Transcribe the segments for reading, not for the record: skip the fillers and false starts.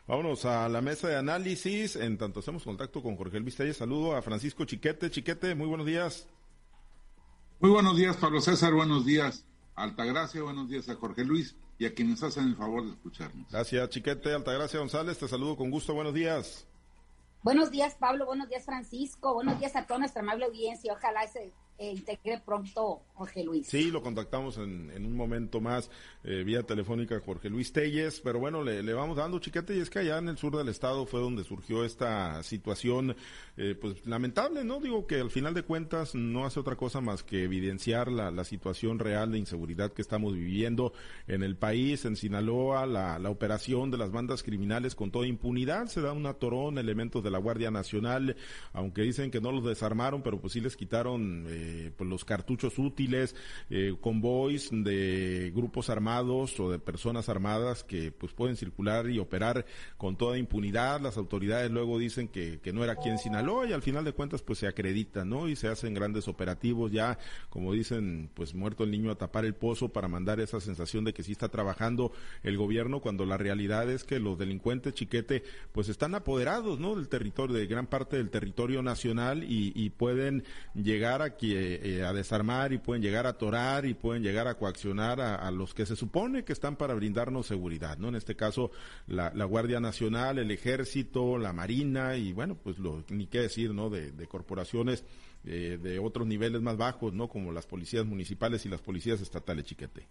Vámonos a la mesa de análisis, en tanto hacemos contacto con Jorge Luis Telles. Saludo a Francisco Chiquete. Chiquete, muy buenos días. Muy buenos días, Pablo César, buenos días, Altagracia, buenos días a Jorge Luis y a quienes hacen el favor de escucharnos. Gracias, Chiquete. Altagracia González, te saludo con gusto, buenos días. Buenos días, Pablo, buenos días, Francisco, buenos días a toda nuestra amable audiencia, ojalá se integre pronto Jorge Luis. Sí, lo contactamos en un momento más, vía telefónica, Jorge Luis Telles, pero bueno, le vamos dando, Chiquete, y es que allá en el sur del estado fue donde surgió esta situación, pues lamentable, ¿no? Digo que al final de cuentas no hace otra cosa más que evidenciar la situación real de inseguridad que estamos viviendo en el país. En Sinaloa, la operación de las bandas criminales con toda impunidad, se da un atorón, elementos de la Guardia Nacional, aunque dicen que no los desarmaron, pero pues sí les quitaron pues los cartuchos útiles, convoys de grupos armados o de personas armadas que pues pueden circular y operar con toda impunidad. Las autoridades luego dicen que no era aquí en Sinaloa y al final de cuentas pues se acredita, ¿no? Y se hacen grandes operativos ya, como dicen, pues muerto el niño a tapar el pozo, para mandar esa sensación de que sí está trabajando el gobierno, cuando la realidad es que los delincuentes, Chiquete, pues están apoderados, ¿no? Del territorio, de gran parte del territorio nacional y pueden llegar a desarmar y pueden llegar a atorar y pueden llegar a coaccionar a los que se supone que están para brindarnos seguridad, ¿no? En este caso la Guardia Nacional, el Ejército, la Marina y bueno, pues ni qué decir, ¿no? De corporaciones de otros niveles más bajos, ¿no? Como las policías municipales y las policías estatales, Chiquete.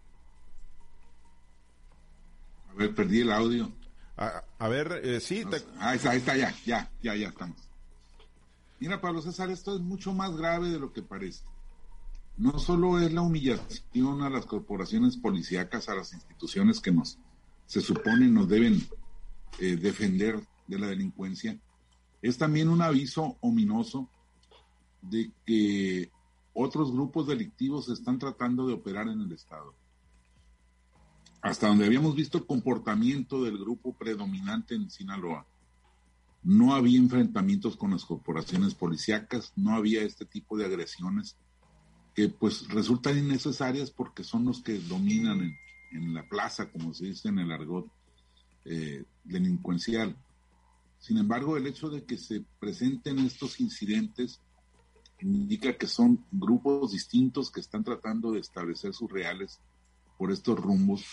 A ver, perdí el audio. A ver, sí. Ahí está, ya estamos. Mira, Pablo César, esto es mucho más grave de lo que parece. No solo es la humillación a las corporaciones policíacas, a las instituciones que se supone nos deben defender de la delincuencia, es también un aviso ominoso de que otros grupos delictivos están tratando de operar en el Estado. Hasta donde habíamos visto comportamiento del grupo predominante en Sinaloa, no había enfrentamientos con las corporaciones policíacas, no había este tipo de agresiones que pues resultan innecesarias porque son los que dominan en la plaza, como se dice en el argot delincuencial. Sin embargo, el hecho de que se presenten estos incidentes indica que son grupos distintos que están tratando de establecer sus reales por estos rumbos,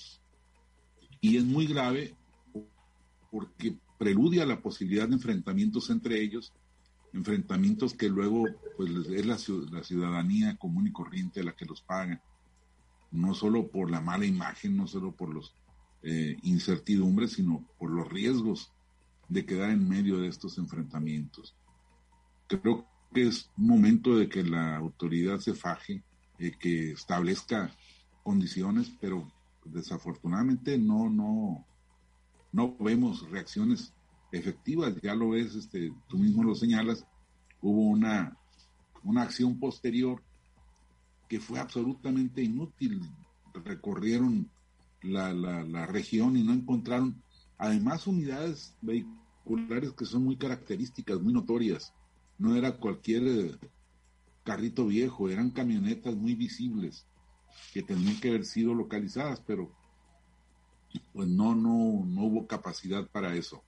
y es muy grave porque preludia la posibilidad de enfrentamientos entre ellos, enfrentamientos que luego pues es la ciudadanía común y corriente la que los paga, no solo por la mala imagen, no solo por los incertidumbres, sino por los riesgos de quedar en medio de estos enfrentamientos. Creo que es momento de que la autoridad se faje, que establezca condiciones, pero desafortunadamente no vemos reacciones efectivas. Ya lo ves, tú mismo lo señalas, hubo una acción posterior que fue absolutamente inútil. Recorrieron la región y no encontraron, además, unidades vehiculares que son muy características, muy notorias. No era cualquier carrito viejo, eran camionetas muy visibles que tenían que haber sido localizadas, pero pues no hubo capacidad para eso.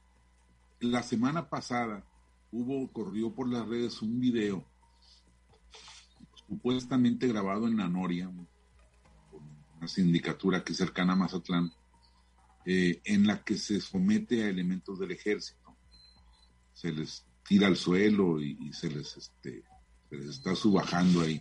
La semana pasada corrió por las redes un video supuestamente grabado en La Noria, una sindicatura que es cercana a Mazatlán, en la que se somete a elementos del ejército. Se les tira al suelo y se les está subajando ahí.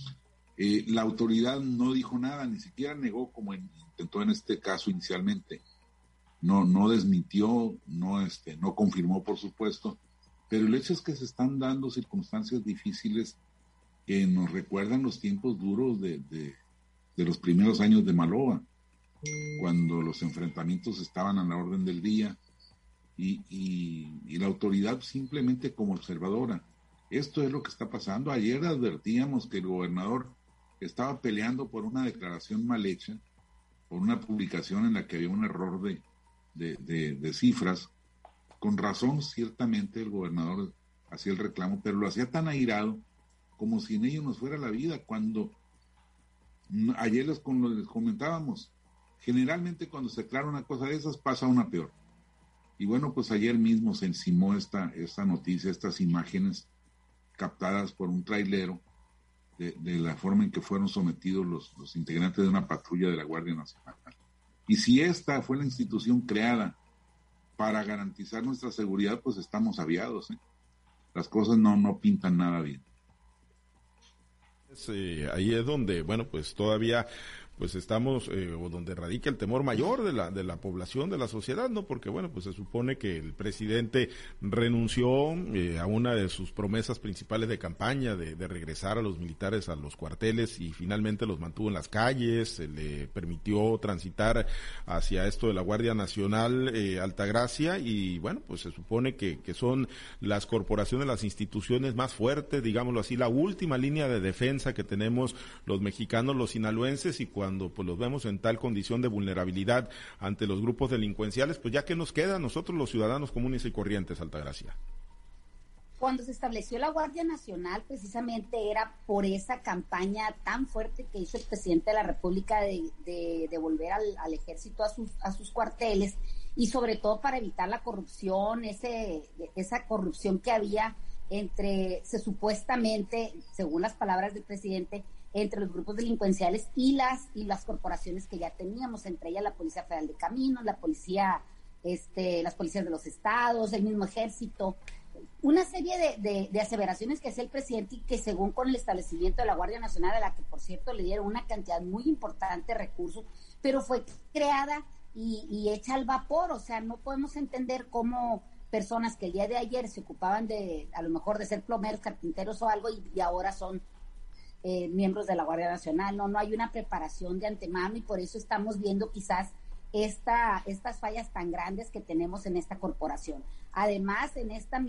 La autoridad no dijo nada, ni siquiera negó como intentó en este caso inicialmente. No desmintió, no confirmó, por supuesto, pero el hecho es que se están dando circunstancias difíciles que nos recuerdan los tiempos duros de los primeros años de Maloa, cuando los enfrentamientos estaban a la orden del día y la autoridad simplemente como observadora. Esto es lo que está pasando. Ayer advertíamos que el gobernador estaba peleando por una declaración mal hecha, por una publicación en la que había un error de cifras. Con razón, ciertamente, el gobernador hacía el reclamo, pero lo hacía tan airado como si en ello nos fuera la vida, cuando ayer les comentábamos, generalmente cuando se aclara una cosa de esas pasa una peor. Y bueno, pues ayer mismo se encimó esta noticia, estas imágenes captadas por un trailero de la forma en que fueron sometidos los integrantes de una patrulla de la Guardia Nacional. Y si esta fue la institución creada para garantizar nuestra seguridad, pues estamos aviados, ¿eh? Las cosas no pintan nada bien. Ahí es donde, bueno, pues todavía pues estamos, o donde radica el temor mayor de la población, de la sociedad, ¿no? Porque, bueno, pues se supone que el presidente renunció a una de sus promesas principales de campaña, de regresar a los militares a los cuarteles, y finalmente los mantuvo en las calles, se le permitió transitar hacia esto de la Guardia Nacional Altagracia, y bueno, pues se supone que son las corporaciones, las instituciones más fuertes, digámoslo así, la última línea de defensa que tenemos los mexicanos, los sinaloenses, y cuando pues los vemos en tal condición de vulnerabilidad ante los grupos delincuenciales, pues ya que nos queda a nosotros los ciudadanos comunes y corrientes, Altagracia. Cuando se estableció la Guardia Nacional, precisamente era por esa campaña tan fuerte que hizo el presidente de la República de devolver al ejército a sus cuarteles, y sobre todo para evitar la corrupción, esa corrupción que había supuestamente, según las palabras del presidente, entre los grupos delincuenciales y las corporaciones que ya teníamos, entre ellas la Policía Federal de Caminos, las policías de los estados, el mismo ejército, una serie de aseveraciones que hacía el presidente, y que según con el establecimiento de la Guardia Nacional, a la que por cierto le dieron una cantidad muy importante de recursos, pero fue creada y hecha al vapor. O sea, no podemos entender cómo personas que el día de ayer se ocupaban a lo mejor de ser plomeros, carpinteros o algo, y ahora son miembros de la Guardia Nacional. No hay una preparación de antemano, y por eso estamos viendo quizás estas fallas tan grandes que tenemos en esta corporación. Además, en este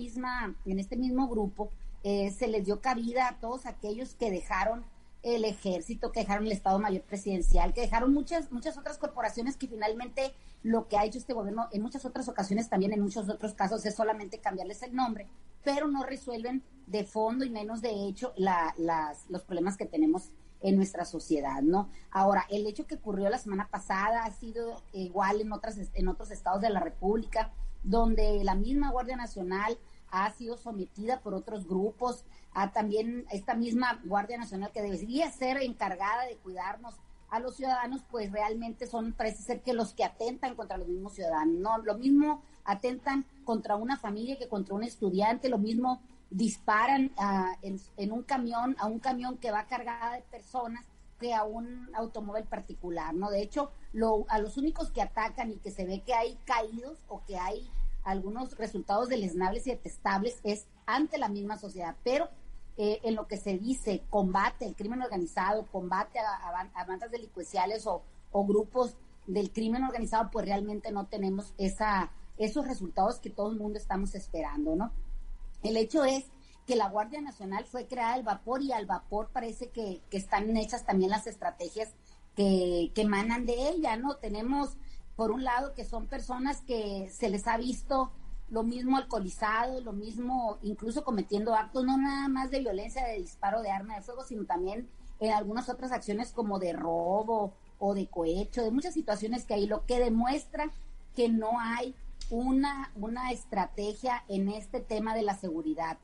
mismo grupo se les dio cabida a todos aquellos que dejaron el ejército, que dejaron el Estado Mayor Presidencial, que dejaron muchas otras corporaciones, que finalmente lo que ha hecho este gobierno en muchas otras ocasiones, también en muchos otros casos, es solamente cambiarles el nombre, pero no resuelven de fondo y menos de hecho los problemas que tenemos en nuestra sociedad, ¿no? Ahora, el hecho que ocurrió la semana pasada ha sido igual en otros estados de la República, donde la misma Guardia Nacional ha sido sometida por otros grupos, a también esta misma Guardia Nacional que debería ser encargada de cuidarnos a los ciudadanos, pues realmente parece ser que los que atentan contra los mismos ciudadanos, ¿no? Lo mismo atentan contra una familia que contra un estudiante, lo mismo disparan en un camión, a un camión que va cargada de personas, que a un automóvil particular, ¿no? De hecho, a los únicos que atacan y que se ve que hay caídos o que hay algunos resultados deleznables y detestables es ante la misma sociedad, pero en lo que se dice combate al crimen organizado, combate a bandas delincuenciales o grupos del crimen organizado, pues realmente no tenemos esos resultados que todo el mundo estamos esperando, ¿no? El hecho es que la Guardia Nacional fue creada al vapor, y al vapor parece que están hechas también las estrategias que emanan de ella, ¿no? Tenemos, por un lado, que son personas que se les ha visto lo mismo alcoholizados, lo mismo incluso cometiendo actos no nada más de violencia, de disparo de arma de fuego, sino también en algunas otras acciones como de robo o de cohecho, de muchas situaciones que hay, lo que demuestra que no hay una estrategia en este tema de la seguridad.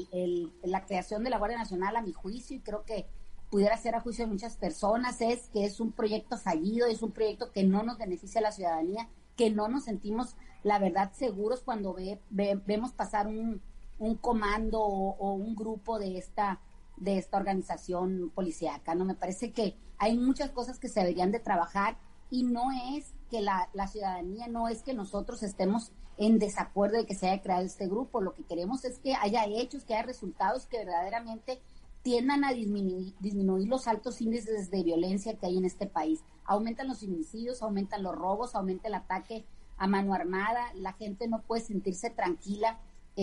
La creación de la Guardia Nacional, a mi juicio, y creo que pudiera ser a juicio de muchas personas, es que es un proyecto fallido, es un proyecto que no nos beneficia a la ciudadanía, que no nos sentimos, la verdad, seguros cuando vemos pasar un comando o un grupo de esta organización policíaca, ¿no? Me parece que hay muchas cosas que se deberían de trabajar, y no es que la ciudadanía, no es que nosotros estemos en desacuerdo de que se haya creado este grupo. Lo que queremos es que haya hechos, que haya resultados que verdaderamente tiendan a disminuir los altos índices de violencia que hay en este país. Aumentan los homicidios, aumentan los robos, aumenta el ataque a mano armada. La gente no puede sentirse tranquila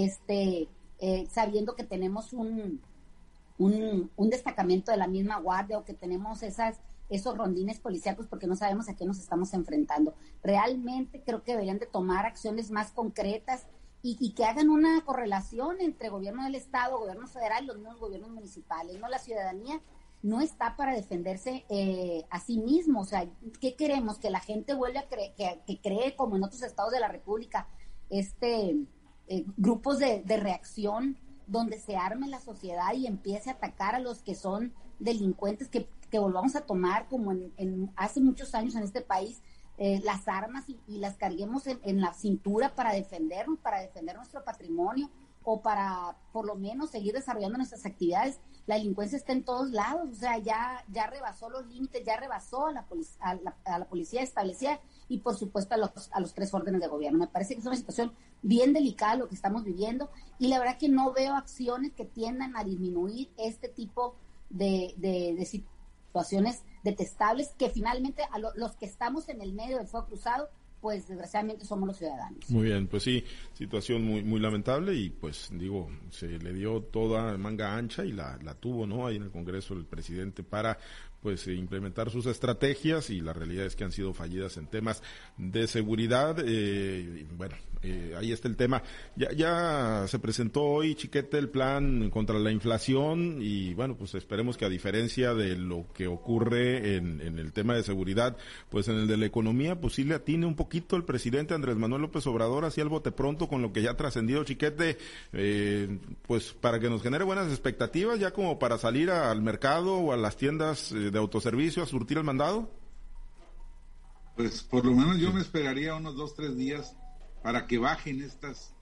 sabiendo que tenemos un destacamento de la misma guardia, o que tenemos esos rondines policíacos, porque no sabemos a qué nos estamos enfrentando. Realmente creo que deberían de tomar acciones más concretas y que hagan una correlación entre gobierno del Estado, gobierno federal y los mismos gobiernos municipales, ¿no? La ciudadanía no está para defenderse a sí mismo. O sea, ¿qué queremos? Que la gente vuelva a que cree como en otros estados de la República, grupos de reacción donde se arme la sociedad y empiece a atacar a los que son delincuentes, que volvamos a tomar como en hace muchos años en este país, las armas y las carguemos en la cintura para defender nuestro patrimonio, o para por lo menos seguir desarrollando nuestras actividades. La delincuencia está en todos lados, o sea, ya rebasó los límites, ya rebasó a la policía establecida y por supuesto a los 3 órdenes de gobierno. Me parece que es una situación bien delicada lo que estamos viviendo, y la verdad que no veo acciones que tiendan a disminuir este tipo de situaciones detestables, que finalmente los que estamos en el medio del fuego cruzado, pues desgraciadamente somos los ciudadanos. Muy bien, pues sí, situación muy muy lamentable, y pues digo, se le dio toda manga ancha y la tuvo, ¿no? Ahí en el Congreso el presidente para pues implementar sus estrategias, y la realidad es que han sido fallidas en temas de seguridad. Ahí está el tema. Ya se presentó hoy, Chiquete, el plan contra la inflación, y bueno, pues esperemos que, a diferencia de lo que ocurre en el tema de seguridad, pues en el de la economía, pues sí le atine un poquito el presidente Andrés Manuel López Obrador, así al bote pronto, con lo que ya ha trascendido, Chiquete, pues para que nos genere buenas expectativas, ya como para salir al mercado o a las tiendas de autoservicio a surtir el mandado. Pues por lo menos yo me esperaría unos 2-3 días para que bajen estas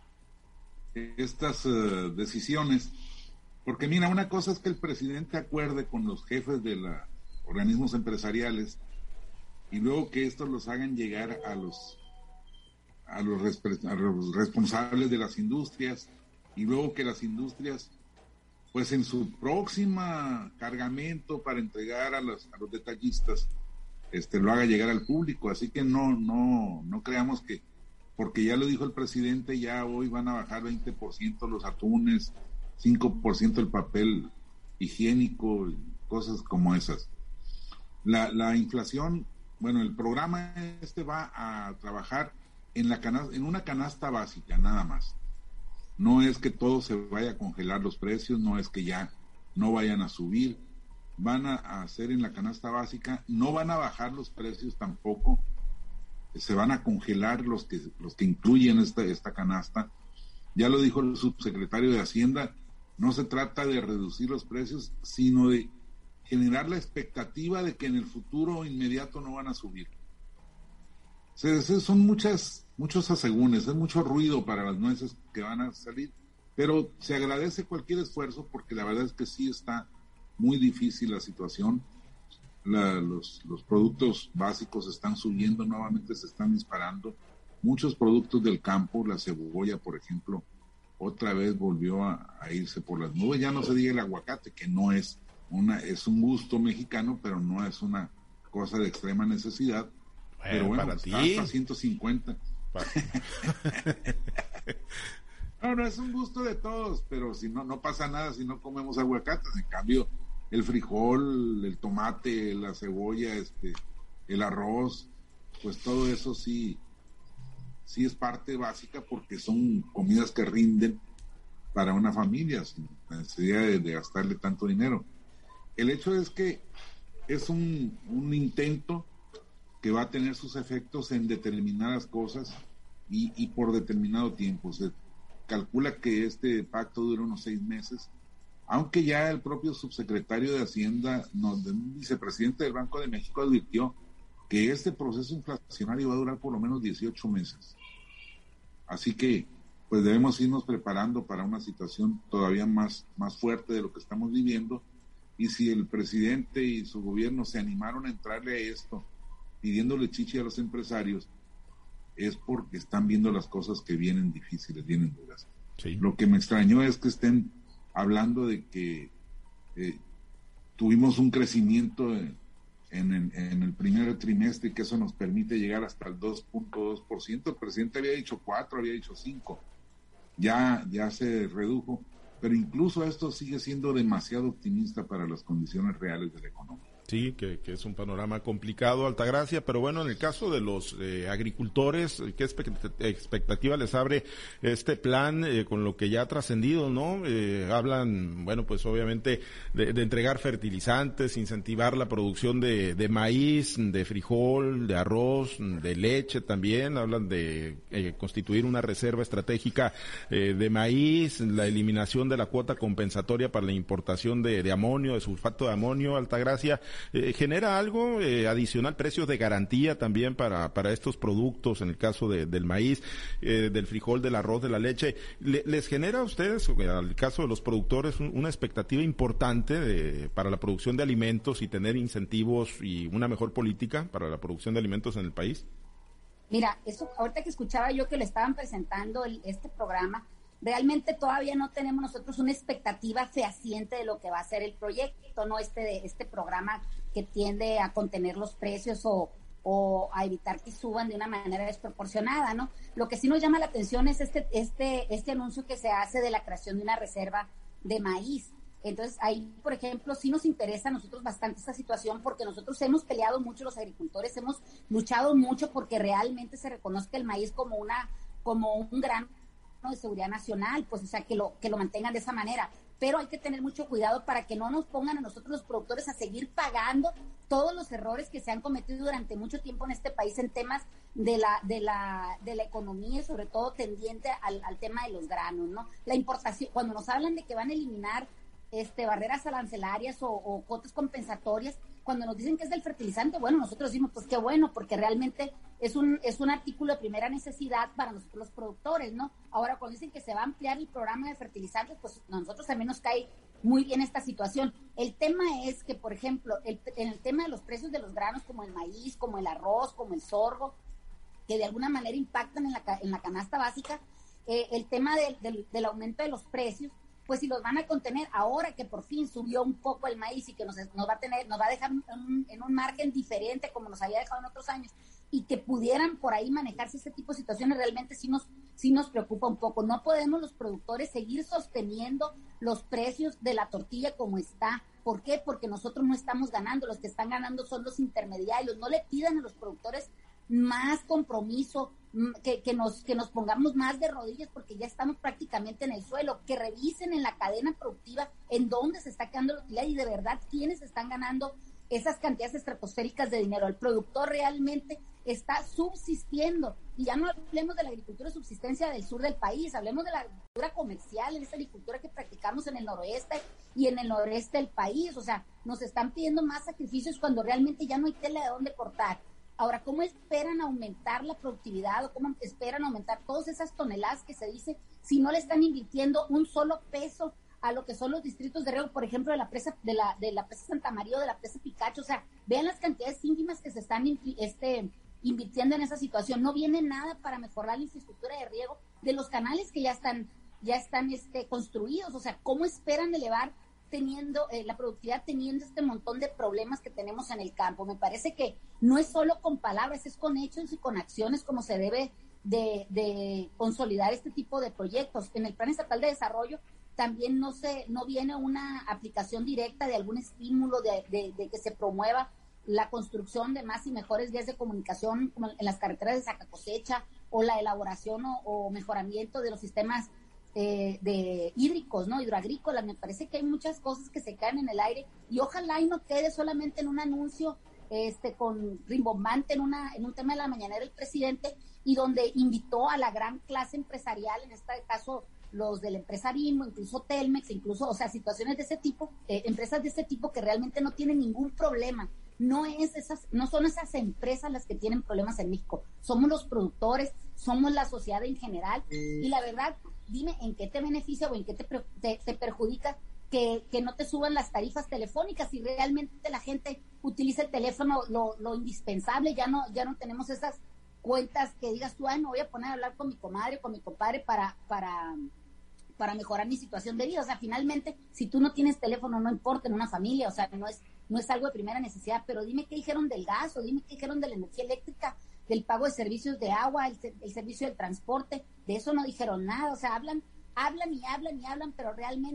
decisiones, porque mira, una cosa es que el presidente acuerde con los jefes de los organismos empresariales, y luego que estos los hagan llegar a los responsables de las industrias, y luego que las industrias, pues en su próxima cargamento para entregar a los detallistas, lo haga llegar al público. Así que no creamos que, porque ya lo dijo el presidente, ya hoy van a bajar 20% los atunes, 5% el papel higiénico, cosas como esas. La inflación, bueno, el programa va a trabajar en una canasta básica, nada más. No es que todo se vaya a congelar los precios, no es que ya no vayan a subir, van a hacer en la canasta básica, no van a bajar los precios tampoco, se van a congelar los que incluyen esta canasta. Ya lo dijo el subsecretario de Hacienda, no se trata de reducir los precios, sino de generar la expectativa de que en el futuro inmediato no van a subir. Son muchos asegúnes, es mucho ruido para las nueces que van a salir, pero se agradece cualquier esfuerzo, porque la verdad es que sí está muy difícil la situación. Los productos básicos están subiendo, nuevamente se están disparando. Muchos productos del campo, la cebolla, por ejemplo, otra vez volvió a irse por las nubes. Ya no se diga el aguacate, que no es es un gusto mexicano, pero no es una cosa de extrema necesidad. Pero bueno, para está ti. hasta 150. No, es un gusto de todos, pero si no pasa nada si no comemos aguacates. En cambio, el frijol, el tomate, la cebolla, el arroz, pues todo eso sí es parte básica, porque son comidas que rinden para una familia sin necesidad de gastarle tanto dinero. El hecho es que es un intento que va a tener sus efectos en determinadas cosas y por determinado tiempo. Se calcula que este pacto dura unos 6 meses, aunque ya el propio subsecretario de Hacienda, vicepresidente del Banco de México, advirtió que este proceso inflacionario va a durar por lo menos 18 meses. Así que pues debemos irnos preparando para una situación todavía más fuerte de lo que estamos viviendo, y si el presidente y su gobierno se animaron a entrarle a esto pidiéndole chichi a los empresarios, es porque están viendo las cosas que vienen difíciles, vienen duras. Sí. Lo que me extrañó es que estén hablando de que tuvimos un crecimiento en el primer trimestre, y que eso nos permite llegar hasta el 2.2%. El presidente había dicho 4, había dicho 5. Ya se redujo, pero incluso esto sigue siendo demasiado optimista para las condiciones reales de la economía. Sí, que es un panorama complicado, Altagracia, pero bueno, en el caso de los agricultores, ¿qué expectativa les abre este plan con lo que ya ha trascendido, no? Hablan, bueno, pues obviamente de entregar fertilizantes, incentivar la producción de maíz, de frijol, de arroz, de leche también, hablan de constituir una reserva estratégica de maíz, la eliminación de la cuota compensatoria para la importación de amonio, de sulfato de amonio, Altagracia. ¿Genera algo adicional, precios de garantía también para estos productos, en el caso del maíz, del frijol, del arroz, de la leche? ¿Les genera a ustedes, al caso de los productores, una expectativa importante para la producción de alimentos y tener incentivos y una mejor política para la producción de alimentos en el país? Mira, eso ahorita que escuchaba yo que le estaban presentando este programa, realmente todavía no tenemos nosotros una expectativa fehaciente de lo que va a ser el proyecto, no este programa que tiende a contener los precios o a evitar que suban de una manera desproporcionada, ¿no? Lo que sí nos llama la atención es este anuncio que se hace de la creación de una reserva de maíz. Entonces, ahí, por ejemplo, sí nos interesa a nosotros bastante esta situación porque nosotros hemos peleado mucho, los agricultores hemos luchado mucho porque realmente se reconozca el maíz como un gran de seguridad nacional, pues, o sea, que lo mantengan de esa manera, pero hay que tener mucho cuidado para que no nos pongan a nosotros los productores a seguir pagando todos los errores que se han cometido durante mucho tiempo en este país en temas de la economía y sobre todo tendiente al tema de los granos, ¿no? La importación, cuando nos hablan de que van a eliminar barreras arancelarias o cuotas compensatorias, cuando nos dicen que es del fertilizante, bueno, nosotros decimos, pues qué bueno, porque realmente es un artículo de primera necesidad para nosotros los productores, ¿no? Ahora, cuando dicen que se va a ampliar el programa de fertilizantes, pues a nosotros también nos cae muy bien esta situación. El tema es que, por ejemplo, en el tema de los precios de los granos, como el maíz, como el arroz, como el sorgo, que de alguna manera impactan en la canasta básica, el tema del aumento de los precios, pues si los van a contener ahora que por fin subió un poco el maíz y que nos va a dejar en un margen diferente como nos había dejado en otros años y que pudieran por ahí manejarse este tipo de situaciones, realmente sí nos preocupa un poco. No podemos los productores seguir sosteniendo los precios de la tortilla como está. ¿Por qué? Porque nosotros no estamos ganando, los que están ganando son los intermediarios. No le pidan a los productores más compromiso, que nos pongamos más de rodillas porque ya estamos prácticamente en el suelo, que revisen en la cadena productiva en dónde se está quedando la utilidad y de verdad quiénes están ganando esas cantidades estratosféricas de dinero. El productor realmente está subsistiendo y ya no hablemos de la agricultura de subsistencia del sur del país, hablemos de la agricultura comercial, en esa agricultura que practicamos en el noroeste y en el noreste del país. O sea, nos están pidiendo más sacrificios cuando realmente ya no hay tela de dónde cortar. Ahora, ¿cómo esperan aumentar la productividad o cómo esperan aumentar todas esas toneladas que se dice si no le están invirtiendo un solo peso a lo que son los distritos de riego, por ejemplo, de la presa Santa María o de la presa Picacho? O sea, vean las cantidades ínfimas que se están invirtiendo en esa situación. No viene nada para mejorar la infraestructura de riego de los canales que ya están construidos. O sea, ¿cómo esperan elevar teniendo la productividad, teniendo este montón de problemas que tenemos en el campo? Me parece que no es solo con palabras, es con hechos y con acciones como se debe de consolidar este tipo de proyectos. En el Plan Estatal de Desarrollo también no viene una aplicación directa de algún estímulo de que se promueva la construcción de más y mejores vías de comunicación como en las carreteras de saca cosecha o la elaboración o mejoramiento de los sistemas de hídricos, ¿no? Hidroagrícolas. Me parece que hay muchas cosas que se caen en el aire y ojalá y no quede solamente en un anuncio con rimbombante en un tema de la mañanera el presidente y donde invitó a la gran clase empresarial, en este caso los del empresarismo, incluso Telmex, incluso, o sea, situaciones de ese tipo, empresas de ese tipo que realmente no tienen ningún problema. No son esas empresas las que tienen problemas en México, somos los productores, somos la sociedad en general y la verdad, dime en qué te beneficia o en qué te perjudica que no te suban las tarifas telefónicas si realmente la gente utiliza el teléfono lo indispensable. Ya no tenemos esas cuentas que digas tú, no voy a poner a hablar con mi comadre o con mi compadre para mejorar mi situación de vida. O sea, finalmente, si tú no tienes teléfono, no importa en una familia, o sea, no es algo de primera necesidad, pero dime qué dijeron del gas o dime qué dijeron de la energía eléctrica, del pago de servicios de agua, el servicio del transporte, de eso no dijeron nada. O sea, hablan, pero realmente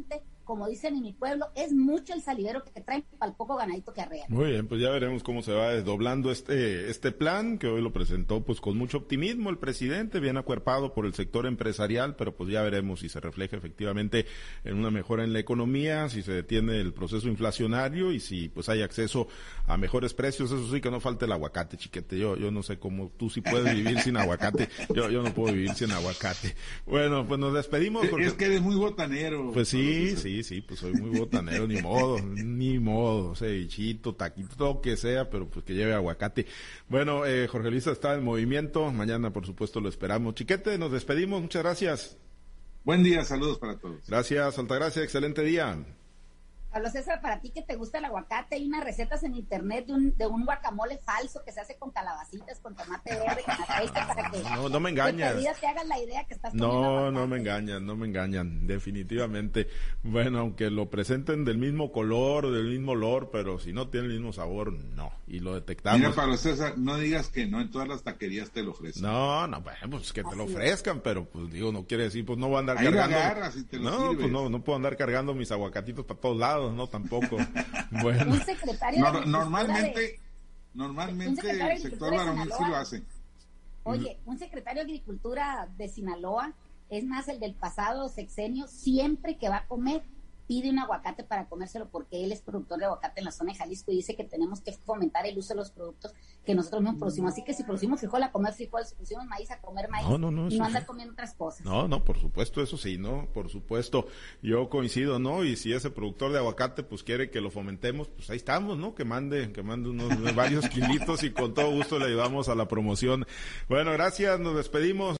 como dicen en mi pueblo, es mucho el salivero que te traen para el poco ganadito que arrea. Muy bien, pues ya veremos cómo se va desdoblando este plan, que hoy lo presentó pues con mucho optimismo el presidente, bien acuerpado por el sector empresarial, pero pues ya veremos si se refleja efectivamente en una mejora en la economía, si se detiene el proceso inflacionario y si pues hay acceso a mejores precios. Eso sí, que no falte el aguacate, chiquete. Yo no sé cómo tú sí puedes vivir sin aguacate. Yo no puedo vivir sin aguacate. Bueno, pues nos despedimos. Porque... Es que eres muy botanero. Pues sí, pues soy muy botanero, ni modo, cevichito, taquito, todo que sea, pero pues que lleve aguacate. Bueno, Jorge Luis está en movimiento, mañana por supuesto lo esperamos. Chiquete, nos despedimos, muchas gracias. Buen día, saludos para todos. Gracias, Altagracia, excelente día. Pablo César, para ti que te gusta el aguacate, hay unas recetas en internet de un guacamole falso que se hace con calabacitas, con tomate verde, con aceite, para que no me engañas. Te hagas la idea que estás comiendo no me engañan, definitivamente. Bueno, aunque lo presenten del mismo color, del mismo olor, pero si no tiene el mismo sabor, no. Y lo detectamos. Mira, Pablo César, no digas que no, en todas las taquerías te lo ofrecen. No, bueno, pues que te lo ofrezcan, pero pues digo, no quiere decir, pues no voy a andar ahí cargando. Lo agarras y te lo no, sirves. Pues no puedo andar cargando mis aguacatitos para todos lados. No, tampoco. Bueno. Un secretario de normalmente el sector varonil sí lo hace. Oye, un secretario de Agricultura de Sinaloa, es más, el del pasado sexenio, siempre que va a comer, pide un aguacate para comérselo porque él es productor de aguacate en la zona de Jalisco y dice que tenemos que fomentar el uso de los productos que nosotros mismos producimos. Así que si producimos frijol, a comer frijol, si producimos maíz, a comer maíz, y no andar comiendo otras cosas. No, por supuesto, eso sí, ¿no? Por supuesto, yo coincido, ¿no? Y si ese productor de aguacate, pues quiere que lo fomentemos, pues ahí estamos, ¿no? Que mande unos varios kilitos y con todo gusto le ayudamos a la promoción. Bueno, gracias, nos despedimos.